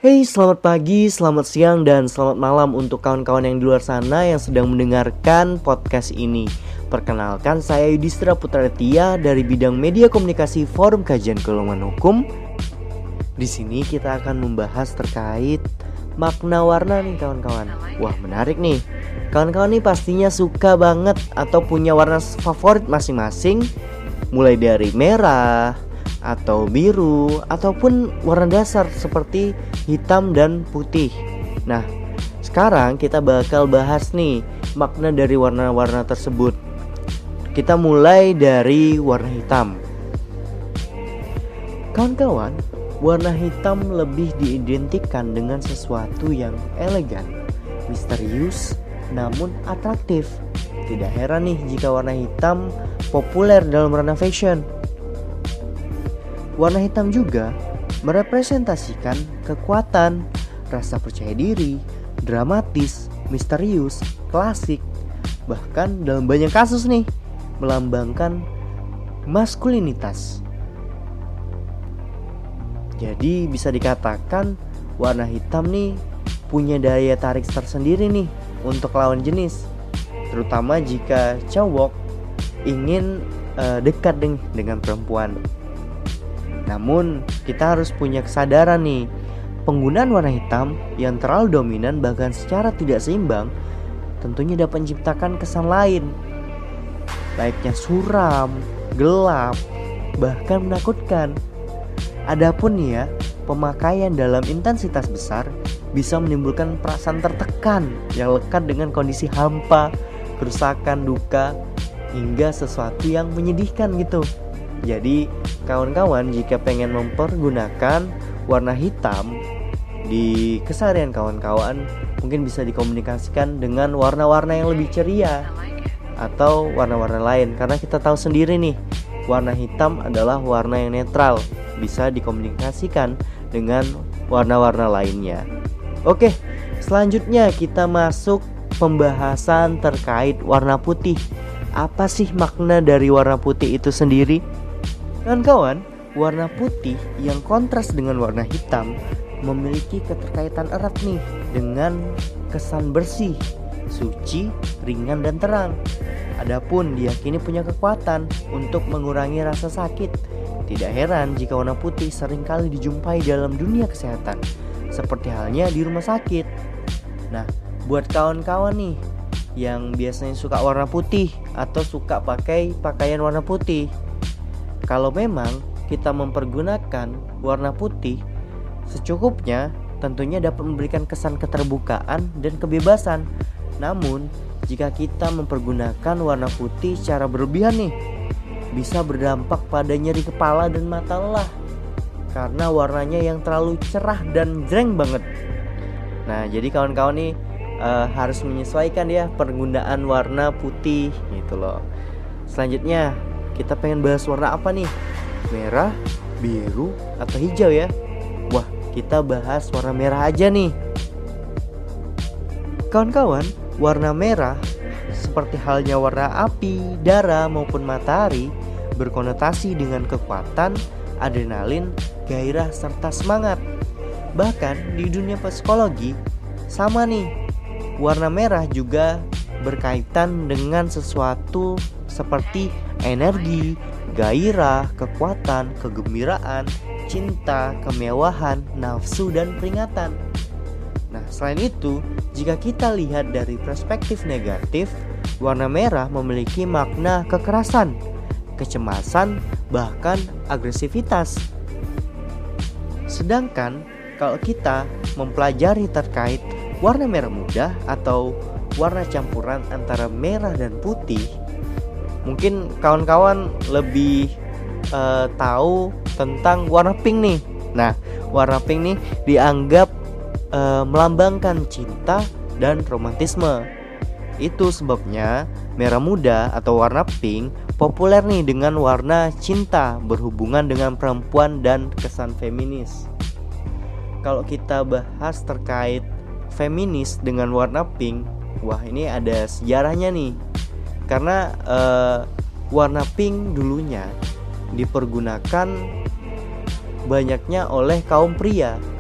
Hey, selamat pagi, selamat siang, dan selamat malam untuk kawan-kawan yang di luar sana yang sedang mendengarkan podcast ini. Perkenalkan, saya Yudhistira Putra Tia dari bidang media komunikasi Forum Kajian Keilmuan Hukum. Di sini kita akan membahas terkait makna warna nih kawan-kawan. Wah, menarik nih. Kawan-kawan nih pastinya suka banget atau punya warna favorit masing-masing, mulai dari merah atau biru ataupun warna dasar seperti hitam dan putih. Nah, sekarang kita bakal bahas nih makna dari warna-warna tersebut. Kita mulai dari warna hitam. Kawan-kawan, warna hitam lebih diidentikan dengan sesuatu yang elegan, misterius, namun atraktif. Tidak heran nih jika warna hitam populer dalam ranah fashion. Warna hitam juga merepresentasikan kekuatan, rasa percaya diri, dramatis, misterius, klasik. Bahkan dalam banyak kasus nih melambangkan maskulinitas. Jadi bisa dikatakan warna hitam nih punya daya tarik tersendiri nih untuk lawan jenis, terutama jika cowok ingin dekat dengan perempuan. Namun kita harus punya kesadaran nih, penggunaan warna hitam yang terlalu dominan bahkan secara tidak seimbang tentunya dapat menciptakan kesan lain, layaknya suram, gelap, bahkan menakutkan. Adapun nih ya, pemakaian dalam intensitas besar bisa menimbulkan perasaan tertekan yang lekat dengan kondisi hampa, kerusakan, duka, hingga sesuatu yang menyedihkan gitu. Jadi kawan-kawan jika pengen mempergunakan warna hitam di keseharian kawan-kawan, mungkin bisa dikomunikasikan dengan warna-warna yang lebih ceria atau warna-warna lain. Karena kita tahu sendiri nih, warna hitam adalah warna yang netral, bisa dikomunikasikan dengan warna-warna lainnya. Oke, selanjutnya kita masuk pembahasan terkait warna putih. Apa sih makna dari warna putih itu sendiri? Kawan-kawan, warna putih yang kontras dengan warna hitam memiliki keterkaitan erat nih dengan kesan bersih, suci, ringan, dan terang. Adapun diyakini punya kekuatan untuk mengurangi rasa sakit. Tidak heran jika warna putih seringkali dijumpai dalam dunia kesehatan, seperti halnya di rumah sakit. Nah, buat kawan-kawan nih yang biasanya suka warna putih atau suka pakai pakaian warna putih, kalau memang kita mempergunakan warna putih secukupnya, tentunya dapat memberikan kesan keterbukaan dan kebebasan. Namun, jika kita mempergunakan warna putih secara berlebihan nih, bisa berdampak pada nyeri kepala dan mata lelah karena warnanya yang terlalu cerah dan jreng banget. Nah, jadi kawan-kawan nih harus menyesuaikan ya penggunaan warna putih gitu loh. Selanjutnya kita pengen bahas warna apa nih? Merah, biru, atau hijau ya? Wah, kita bahas warna merah aja nih. Kawan-kawan, warna merah seperti halnya warna api, dara, maupun matahari berkonotasi dengan kekuatan, adrenalin, gairah, serta semangat. Bahkan di dunia psikologi sama nih, warna merah juga berkaitan dengan sesuatu seperti energi, gairah, kekuatan, kegembiraan, cinta, kemewahan, nafsu, dan peringatan. Nah, selain itu, jika kita lihat dari perspektif negatif, warna merah memiliki makna kekerasan, kecemasan, bahkan agresivitas. Sedangkan kalau kita mempelajari terkait warna merah muda atau warna campuran antara merah dan putih, mungkin kawan-kawan lebih tahu tentang warna pink nih. Nah, warna pink nih dianggap melambangkan cinta dan romantisme. Itu sebabnya merah muda atau warna pink populer nih dengan warna cinta berhubungan dengan perempuan dan kesan feminis. Kalau kita bahas terkait feminis dengan warna pink, wah ini ada sejarahnya nih. Karena warna pink dulunya dipergunakan banyaknya oleh kaum pria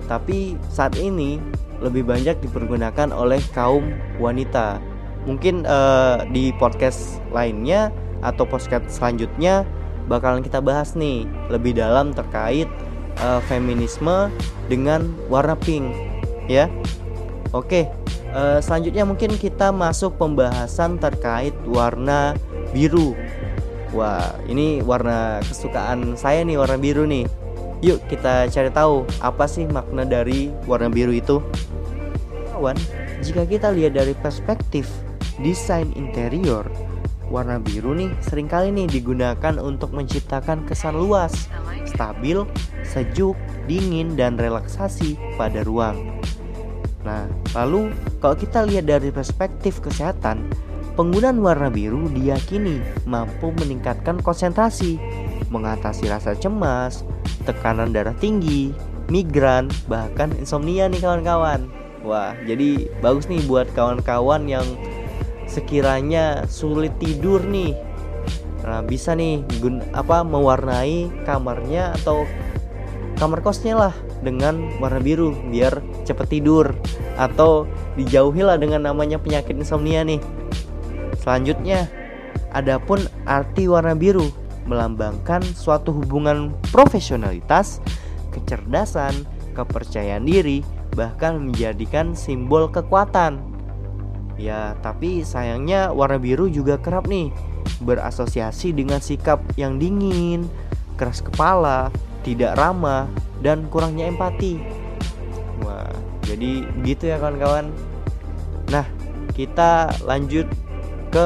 tapi saat ini lebih banyak dipergunakan oleh kaum wanita. Mungkin di podcast lainnya atau podcast selanjutnya bakalan kita bahas nih lebih dalam terkait feminisme dengan warna pink ya. Oke, selanjutnya mungkin kita masuk pembahasan terkait warna biru. Wah, ini warna kesukaan saya nih, warna biru nih. Yuk kita cari tahu apa sih makna dari warna biru itu. Kawan, jika kita lihat dari perspektif desain interior, warna biru nih seringkali nih digunakan untuk menciptakan kesan luas, stabil, sejuk, dingin, dan relaksasi pada ruang. Nah, lalu kalau kita lihat dari perspektif kesehatan, penggunaan warna biru diyakini mampu meningkatkan konsentrasi, mengatasi rasa cemas, tekanan darah tinggi, migran, bahkan insomnia nih kawan-kawan. Wah, jadi bagus nih buat kawan-kawan yang sekiranya sulit tidur nih. Nah, bisa nih mewarnai kamarnya atau kamar kosnya lah dengan warna biru biar cepet tidur, atau dijauhilah dengan namanya penyakit insomnia nih. Selanjutnya, adapun arti warna biru melambangkan suatu hubungan profesionalitas, kecerdasan, kepercayaan diri, bahkan menjadikan simbol kekuatan. Ya, tapi sayangnya warna biru juga kerap nih berasosiasi dengan sikap yang dingin, keras kepala, tidak ramah, dan kurangnya empati. Wah, jadi gitu ya kawan-kawan. Nah, kita lanjut ke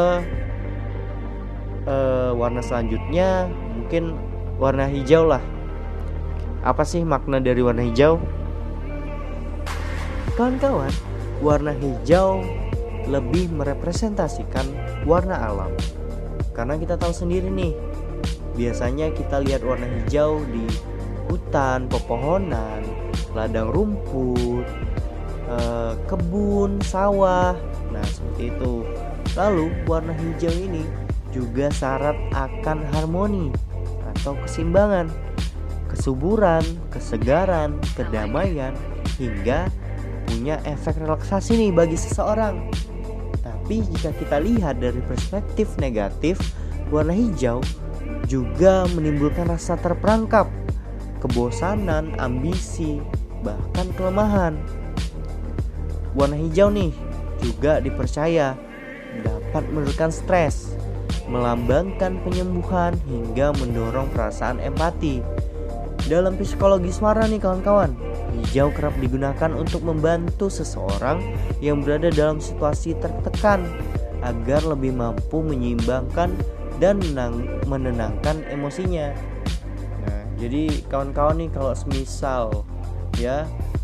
warna selanjutnya, mungkin warna hijau lah. Apa sih makna dari warna hijau? Kawan-kawan, warna hijau lebih merepresentasikan warna alam. Karena kita tahu sendiri nih, biasanya kita lihat warna hijau di hutan, pepohonan, ladang rumput, kebun, sawah. Nah, seperti itu. Lalu warna hijau ini juga syarat akan harmoni atau keseimbangan, kesuburan, kesegaran, kedamaian, hingga punya efek relaksasi nih bagi seseorang. Tapi jika kita lihat dari perspektif negatif, warna hijau juga menimbulkan rasa terperangkap, kebosanan, ambisi, bahkan kelemahan. Warna hijau nih juga dipercaya dapat menurunkan stres, melambangkan penyembuhan, hingga mendorong perasaan empati. Dalam psikologis warna nih kawan-kawan, hijau kerap digunakan untuk membantu seseorang yang berada dalam situasi tertekan agar lebih mampu menyeimbangkan dan menenangkan emosinya. Nah, jadi kawan-kawan nih kalau semisal ya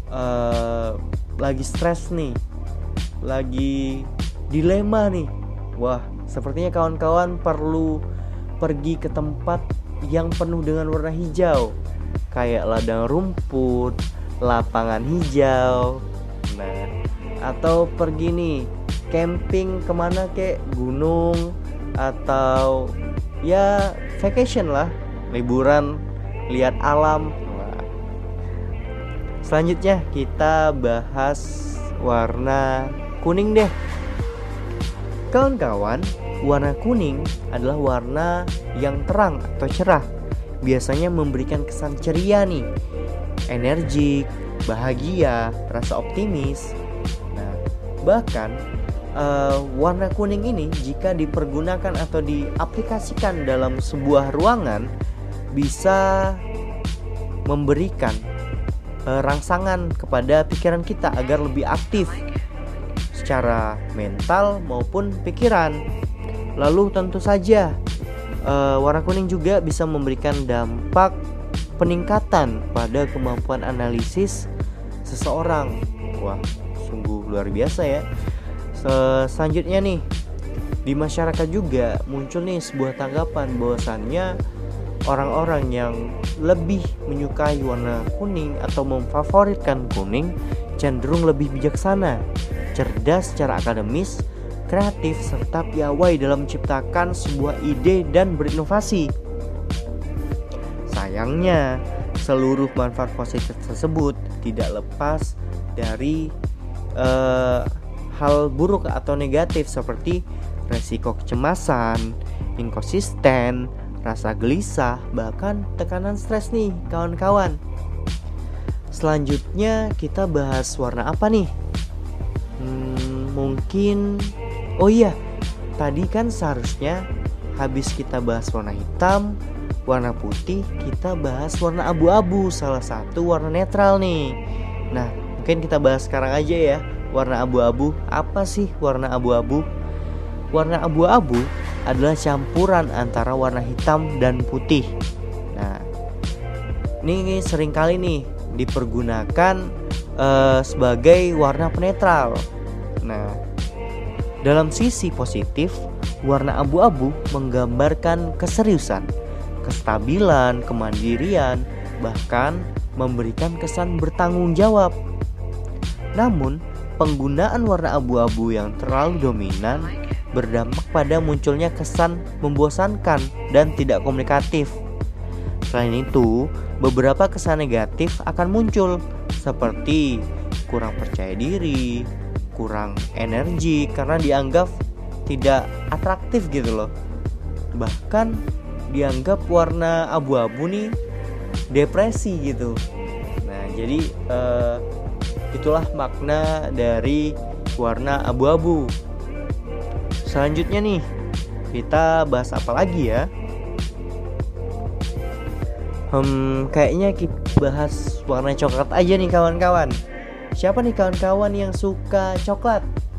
lagi stres nih, lagi dilema nih, wah sepertinya kawan-kawan perlu pergi ke tempat yang penuh dengan warna hijau, kayak ladang rumput, lapangan hijau. Nah, atau pergi nih camping kemana, kayak gunung, atau ya vacation lah, liburan, lihat alam. Nah, selanjutnya kita bahas warna kuning deh. Kawan-kawan, warna kuning adalah warna yang terang atau cerah, biasanya memberikan kesan ceria nih, energik, bahagia, rasa optimis. Nah, bahkan warna kuning ini jika dipergunakan atau diaplikasikan dalam sebuah ruangan bisa memberikan rangsangan kepada pikiran kita agar lebih aktif secara mental maupun pikiran. Lalu tentu saja warna kuning juga bisa memberikan dampak peningkatan pada kemampuan analisis seseorang. Wah, sungguh luar biasa ya. Selanjutnya nih, di masyarakat juga muncul nih sebuah tanggapan bahwasannya orang-orang yang lebih menyukai warna kuning atau memfavoritkan kuning cenderung lebih bijaksana, cerdas secara akademis, kreatif, serta piawai dalam menciptakan sebuah ide dan berinovasi. Sayangnya, seluruh manfaat positif tersebut tidak lepas dari hal buruk atau negatif seperti resiko kecemasan, inkonsisten, rasa gelisah, bahkan tekanan stres nih kawan-kawan. Selanjutnya kita bahas warna apa nih? Mungkin tadi kan seharusnya habis kita bahas warna hitam, warna putih, kita bahas warna abu-abu, salah satu warna netral nih. Nah, mungkin kita bahas sekarang aja ya. Warna abu-abu, apa sih warna abu-abu? Warna abu-abu adalah campuran antara warna hitam dan putih. Nah, ini seringkali nih dipergunakan sebagai warna penetral. Nah, dalam sisi positif, warna abu-abu menggambarkan keseriusan, kestabilan, kemandirian, bahkan memberikan kesan bertanggung jawab. Namun, penggunaan warna abu-abu yang terlalu dominan berdampak pada munculnya kesan membosankan dan tidak komunikatif. Selain itu, beberapa kesan negatif akan muncul seperti kurang percaya diri, kurang energi karena dianggap tidak atraktif gitu loh. Bahkan dianggap warna abu-abu nih depresi gitu. Nah, jadi itulah makna dari warna abu-abu. Selanjutnya nih, kita bahas apa lagi ya? Kayaknya kita bahas warna coklat aja nih kawan-kawan. Siapa nih kawan-kawan yang suka coklat?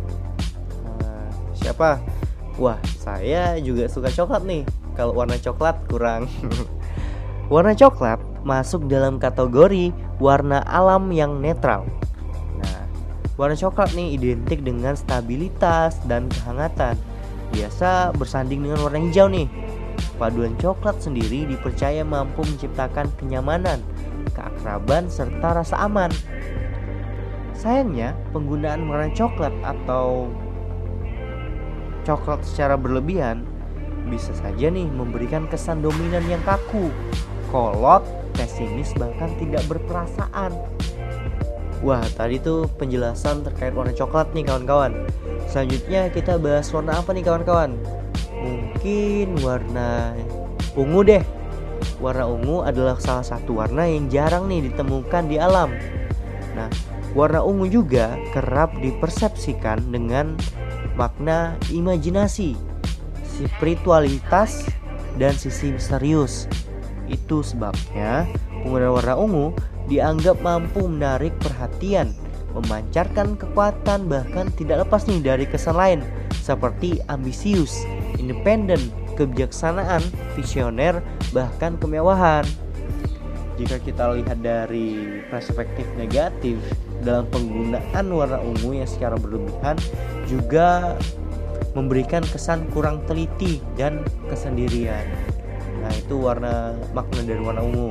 Siapa? Wah, saya juga suka coklat nih. Kalau warna coklat kurang. Warna coklat masuk dalam kategori warna alam yang netral. Nah, warna coklat nih identik dengan stabilitas dan kehangatan. Biasa bersanding dengan warna hijau nih. Paduan coklat sendiri dipercaya mampu menciptakan kenyamanan, keakraban, serta rasa aman. Sayangnya, penggunaan warna coklat atau coklat secara berlebihan bisa saja nih memberikan kesan dominan yang kaku, kolot, pesimis, bahkan tidak berperasaan. Wah, tadi tuh penjelasan terkait warna coklat nih kawan-kawan. Selanjutnya kita bahas warna apa nih kawan-kawan? Mungkin warna ungu deh. Warna ungu adalah salah satu warna yang jarang nih ditemukan di alam. Nah, warna ungu juga kerap dipersepsikan dengan makna imajinasi, spiritualitas, dan sisi misterius. Itu sebabnya penggunaan warna ungu dianggap mampu menarik perhatian, memancarkan kekuatan, bahkan tidak lepas nih dari kesan lain seperti ambisius, independen, kebijaksanaan, visioner, bahkan kemewahan. Jika kita lihat dari perspektif negatif dalam penggunaan warna ungu yang secara berlebihan juga memberikan kesan kurang teliti dan kesendirian. Nah, itu makna dari warna ungu.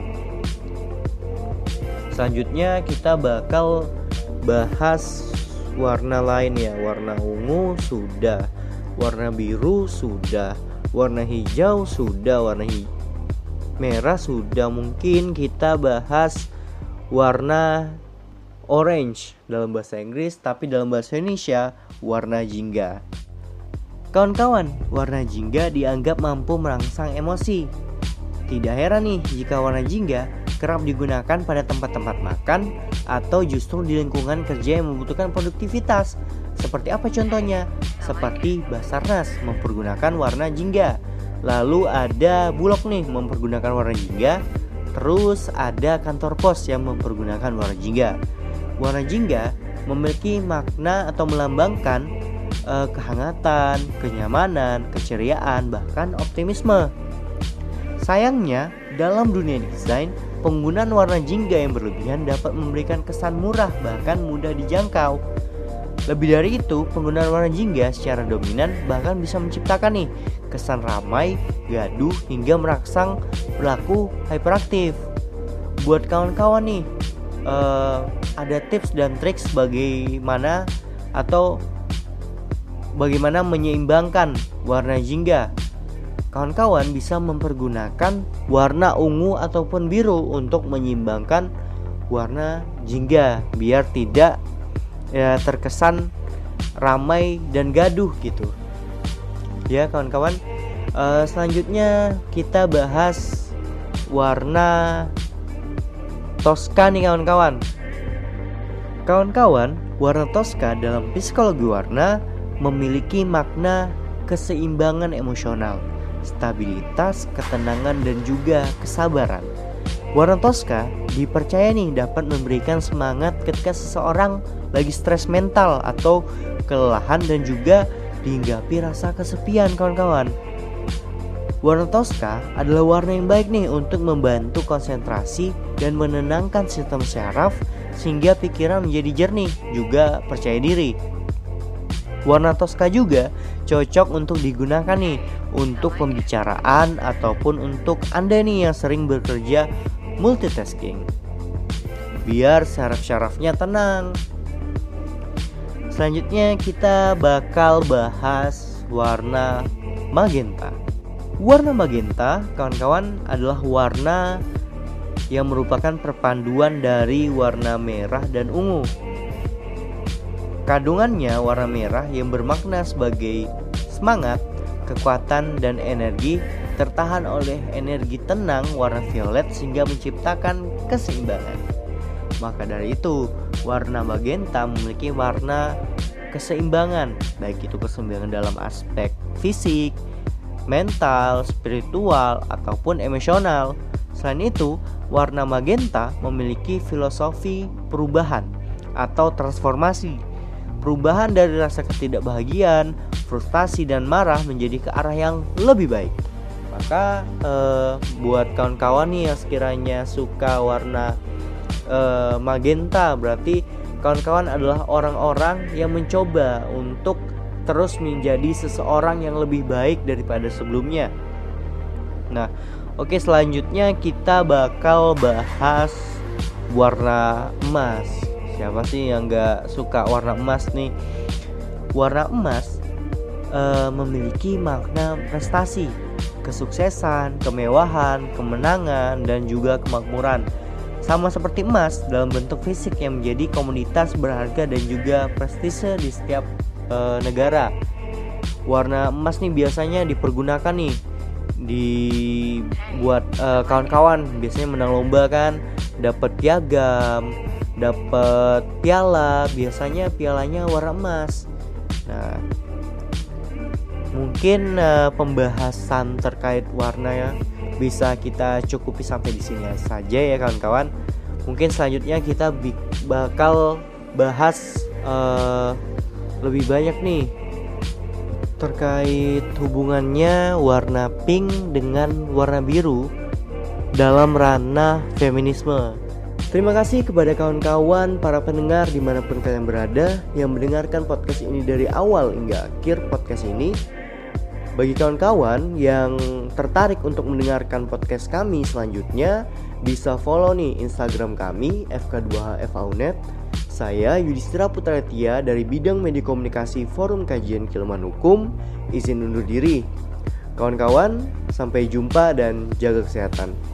Selanjutnya kita bakal bahas warna lain ya. Warna ungu sudah, warna biru sudah, warna hijau sudah, warna merah sudah. Mungkin kita bahas warna orange dalam bahasa Inggris, tapi dalam bahasa Indonesia warna jingga. Kawan-kawan, warna jingga dianggap mampu merangsang emosi. Tidak heran nih jika warna jingga kerap digunakan pada tempat-tempat makan atau justru di lingkungan kerja yang membutuhkan produktivitas. Seperti apa contohnya? Seperti Basarnas mempergunakan warna jingga. Lalu ada Bulog nih mempergunakan warna jingga. Terus ada kantor pos yang mempergunakan warna jingga. Warna jingga memiliki makna atau melambangkan kehangatan, kenyamanan, keceriaan, bahkan optimisme. Sayangnya, dalam dunia desain, penggunaan warna jingga yang berlebihan dapat memberikan kesan murah, bahkan mudah dijangkau. Lebih dari itu, penggunaan warna jingga secara dominan bahkan bisa menciptakan nih kesan ramai, gaduh, hingga merangsang perilaku hyperaktif. Buat kawan-kawan nih, ada tips dan trik bagaimana menyeimbangkan warna jingga. kawan-kawan bisa mempergunakan warna ungu ataupun biru untuk menyimbangkan warna jingga biar tidak terkesan ramai dan gaduh gitu. Ya kawan-kawan, selanjutnya kita bahas warna Tosca nih kawan-kawan. Kawan-kawan, warna Tosca dalam psikologi warna memiliki makna keseimbangan emosional, stabilitas, ketenangan, dan juga kesabaran. Warna Tosca dipercaya nih dapat memberikan semangat ketika seseorang lagi stres mental atau kelelahan dan juga dihinggapi rasa kesepian kawan-kawan. Warna Tosca adalah warna yang baik nih untuk membantu konsentrasi dan menenangkan sistem syaraf sehingga pikiran menjadi jernih, juga percaya diri. Warna Tosca juga cocok untuk digunakan nih untuk pembicaraan ataupun untuk Anda nih yang sering bekerja multitasking, biar syaraf-syarafnya tenang. Selanjutnya kita bakal bahas warna magenta. Warna magenta, kawan-kawan, adalah warna yang merupakan perpaduan dari warna merah dan ungu. Kandungannya warna merah yang bermakna sebagai semangat, kekuatan, dan energi tertahan oleh energi tenang warna violet sehingga menciptakan keseimbangan. Maka dari itu, warna magenta memiliki warna keseimbangan, baik itu keseimbangan dalam aspek fisik, mental, spiritual, ataupun emosional. Selain itu, warna magenta memiliki filosofi perubahan atau transformasi. Perubahan dari rasa ketidakbahagiaan, frustasi, dan marah menjadi ke arah yang lebih baik. Maka buat kawan-kawan nih yang sekiranya suka warna magenta, berarti kawan-kawan adalah orang-orang yang mencoba untuk terus menjadi seseorang yang lebih baik daripada sebelumnya. Nah, oke, selanjutnya kita bakal bahas warna emas. Siapa sih yang gak suka warna emas nih? Warna emas memiliki makna prestasi, kesuksesan, kemewahan, kemenangan, dan juga kemakmuran. Sama seperti emas dalam bentuk fisik yang menjadi komoditas berharga dan juga prestise di setiap negara. Warna emas nih biasanya dipergunakan nih buat kawan-kawan biasanya menang lomba kan, dapat piagam, dapat piala, biasanya pialanya warna emas. Nah, mungkin pembahasan terkait warna ya bisa kita cukupi sampai di sini saja ya kawan-kawan. Mungkin selanjutnya kita bakal bahas lebih banyak nih terkait hubungannya warna pink dengan warna biru dalam ranah feminisme. Terima kasih kepada kawan-kawan para pendengar dimanapun kalian berada yang mendengarkan podcast ini dari awal hingga akhir podcast ini. Bagi kawan-kawan yang tertarik untuk mendengarkan podcast kami selanjutnya, bisa follow nih Instagram kami FK2HFAUNET. Saya Yudhistira Putratia dari bidang media komunikasi Forum Kajian Keilmuan Hukum, izin undur diri. Kawan-kawan, sampai jumpa dan jaga kesehatan.